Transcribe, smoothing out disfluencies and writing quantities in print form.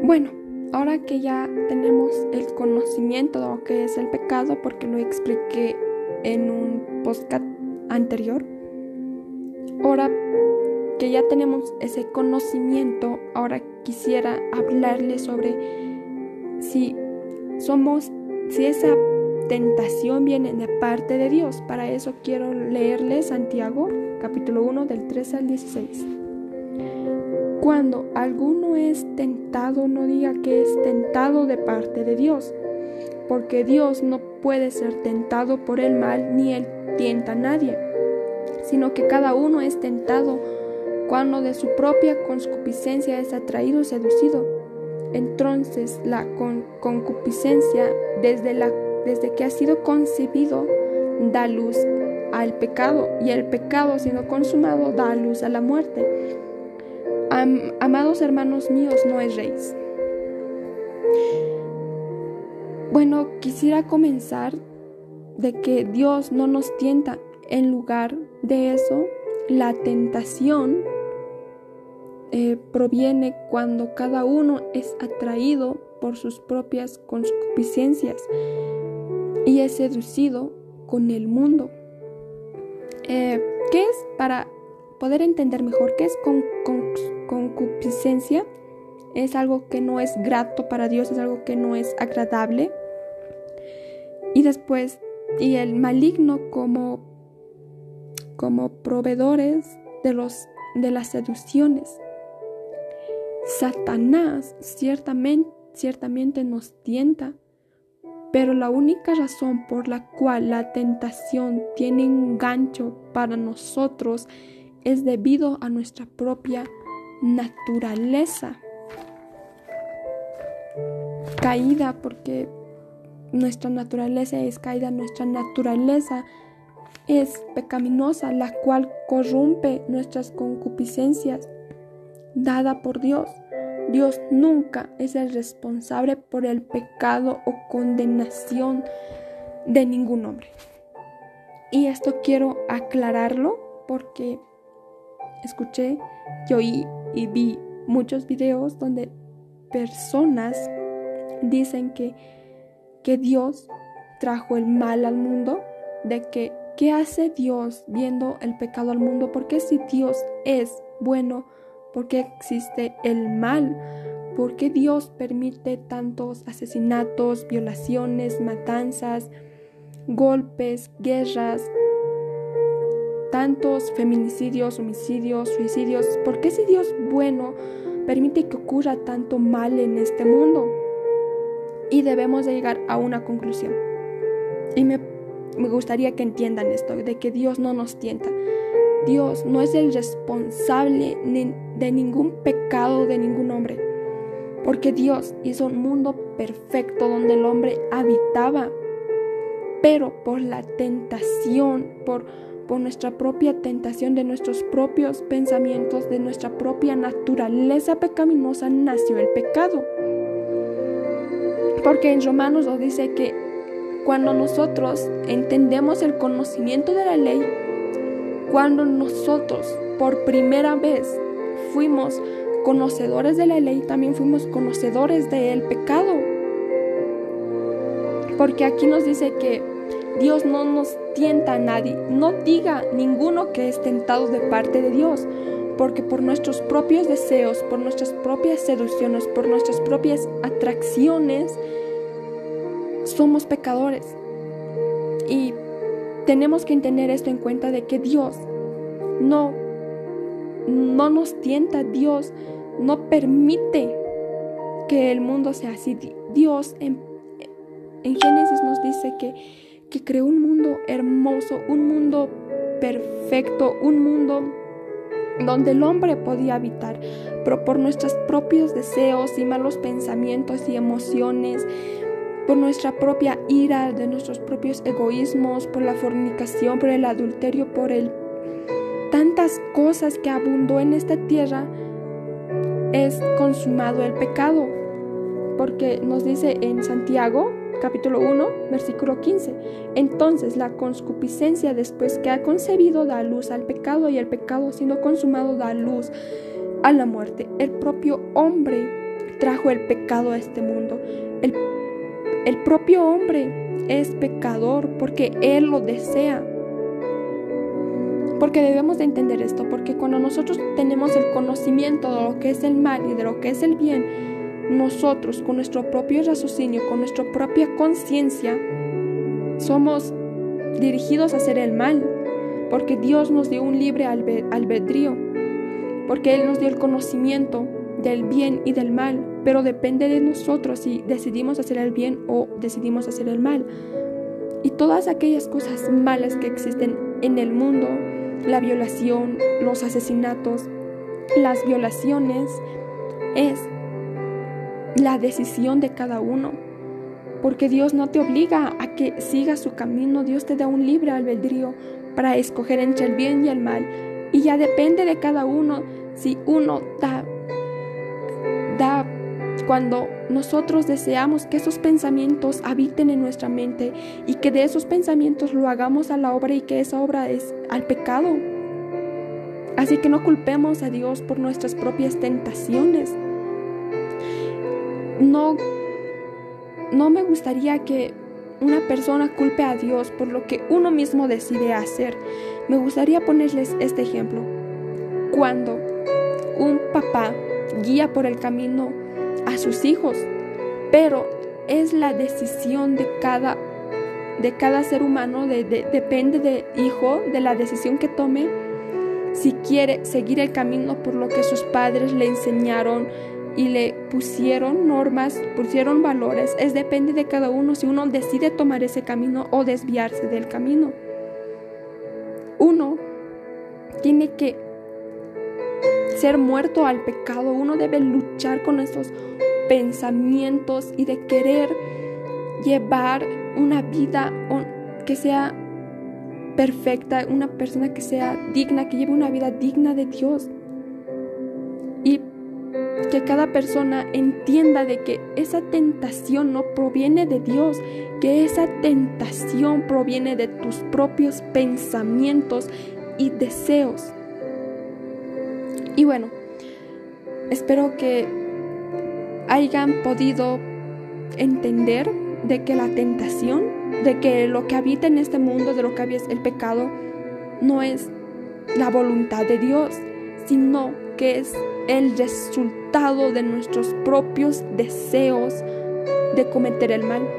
Bueno, ahora que ya tenemos el conocimiento de lo que es el pecado, porque lo expliqué en un podcast anterior, ahora que ya tenemos ese conocimiento, ahora quisiera hablarles sobre si esa tentación viene de parte de Dios. Para eso quiero leerles Santiago, capítulo 1, del 13 al 16. Cuando alguno es tentado, no diga que es tentado de parte de Dios, porque Dios no puede ser tentado por el mal, ni él tienta a nadie, sino que cada uno es tentado cuando de su propia concupiscencia es atraído y seducido. Entonces la concupiscencia, desde que ha sido concebido, da luz al pecado, y el pecado, siendo consumado, da luz a la muerte. Amados hermanos míos, no erréis. Bueno, quisiera comenzar de que Dios no nos tienta. En lugar de eso, la tentación proviene cuando cada uno es atraído por sus propias concupiscencias y es seducido con el mundo. ¿Qué es, para poder entender mejor, qué es concupiscencia? Es algo que no es grato para Dios, es algo que no es agradable. Y el maligno como proveedores de las seducciones. Satanás ciertamente nos tienta, pero la única razón por la cual la tentación tiene un gancho para nosotros es debido a nuestra propia naturaleza caída, porque nuestra naturaleza es caída, nuestra naturaleza es pecaminosa, la cual corrompe nuestras concupiscencias dada por Dios. Dios nunca es el responsable por el pecado o condenación de ningún hombre. Y esto quiero aclararlo porque escuché y oí y vi muchos videos donde personas dicen que Dios trajo el mal al mundo, de que ¿qué hace Dios viendo el pecado al mundo? Porque si Dios es bueno, ¿por qué existe el mal? ¿Por qué Dios permite tantos asesinatos, violaciones, matanzas, golpes, guerras, tantos feminicidios, homicidios, suicidios? ¿Por qué si Dios bueno permite que ocurra tanto mal en este mundo? Y debemos de llegar a una conclusión. Y me gustaría que entiendan esto, de que Dios no nos tienta. Dios no es el responsable de ningún pecado de ningún hombre, porque Dios hizo un mundo perfecto donde el hombre habitaba, pero por la tentación, por nuestra propia tentación de nuestros propios pensamientos, de nuestra propia naturaleza pecaminosa, nació el pecado. Porque en Romanos nos dice que cuando nosotros entendemos el conocimiento de la ley, cuando nosotros por primera vez fuimos conocedores de la ley, también fuimos conocedores del pecado. Porque aquí nos dice que Dios no nos tienta a nadie. No diga ninguno que es tentado de parte de Dios, porque por nuestros propios deseos, por nuestras propias seducciones, por nuestras propias atracciones, somos pecadores. Y tenemos que tener esto en cuenta, de que Dios no nos tienta. Dios no permite que el mundo sea así. Dios en Génesis nos dice que creó un mundo hermoso, un mundo perfecto, un mundo donde el hombre podía habitar, pero por nuestros propios deseos y malos pensamientos y emociones, por nuestra propia ira, de nuestros propios egoísmos, por la fornicación, por el adulterio, por tantas cosas que abundó en esta tierra, es consumado el pecado. Porque nos dice en Santiago, capítulo 1, versículo 15, entonces la concupiscencia, después que ha concebido, da luz al pecado, y el pecado, siendo consumado, da luz a la muerte. El propio hombre trajo el pecado a este mundo. El propio hombre es pecador porque él lo desea. Porque debemos de entender esto, porque cuando nosotros tenemos el conocimiento de lo que es el mal y de lo que es el bien, nosotros con nuestro propio raciocinio, con nuestra propia conciencia, somos dirigidos a hacer el mal, porque Dios nos dio un libre albedrío, porque Él nos dio el conocimiento del bien y del mal, pero depende de nosotros si decidimos hacer el bien o decidimos hacer el mal. Y todas aquellas cosas malas que existen en el mundo, la violación, los asesinatos, las violaciones, es la decisión de cada uno, porque Dios no te obliga a que sigas su camino. Dios te da un libre albedrío para escoger entre el bien y el mal, y ya depende de cada uno si uno da cuando nosotros deseamos que esos pensamientos habiten en nuestra mente y que de esos pensamientos lo hagamos a la obra, y que esa obra es al pecado. Así que no culpemos a Dios por nuestras propias tentaciones. No me gustaría que una persona culpe a Dios por lo que uno mismo decide hacer. Me gustaría ponerles este ejemplo. Cuando un papá guía por el camino a sus hijos, pero es la decisión de cada ser humano, depende del hijo, de la decisión que tome, si quiere seguir el camino por lo que sus padres le enseñaron y le pusieron normas, pusieron valores. Depende de cada uno si uno decide tomar ese camino o desviarse del camino. Uno tiene que ser muerto al pecado. Uno debe luchar con esos pensamientos y de querer llevar una vida que sea perfecta, una persona que sea digna, que lleve una vida digna de Dios. Y que cada persona entienda de que esa tentación no proviene de Dios, que esa tentación proviene de tus propios pensamientos y deseos. Y bueno, espero que hayan podido entender de que la tentación, de que lo que habita en este mundo, de lo que habita el pecado, no es la voluntad de Dios, sino que es el resultado de nuestros propios deseos de cometer el mal.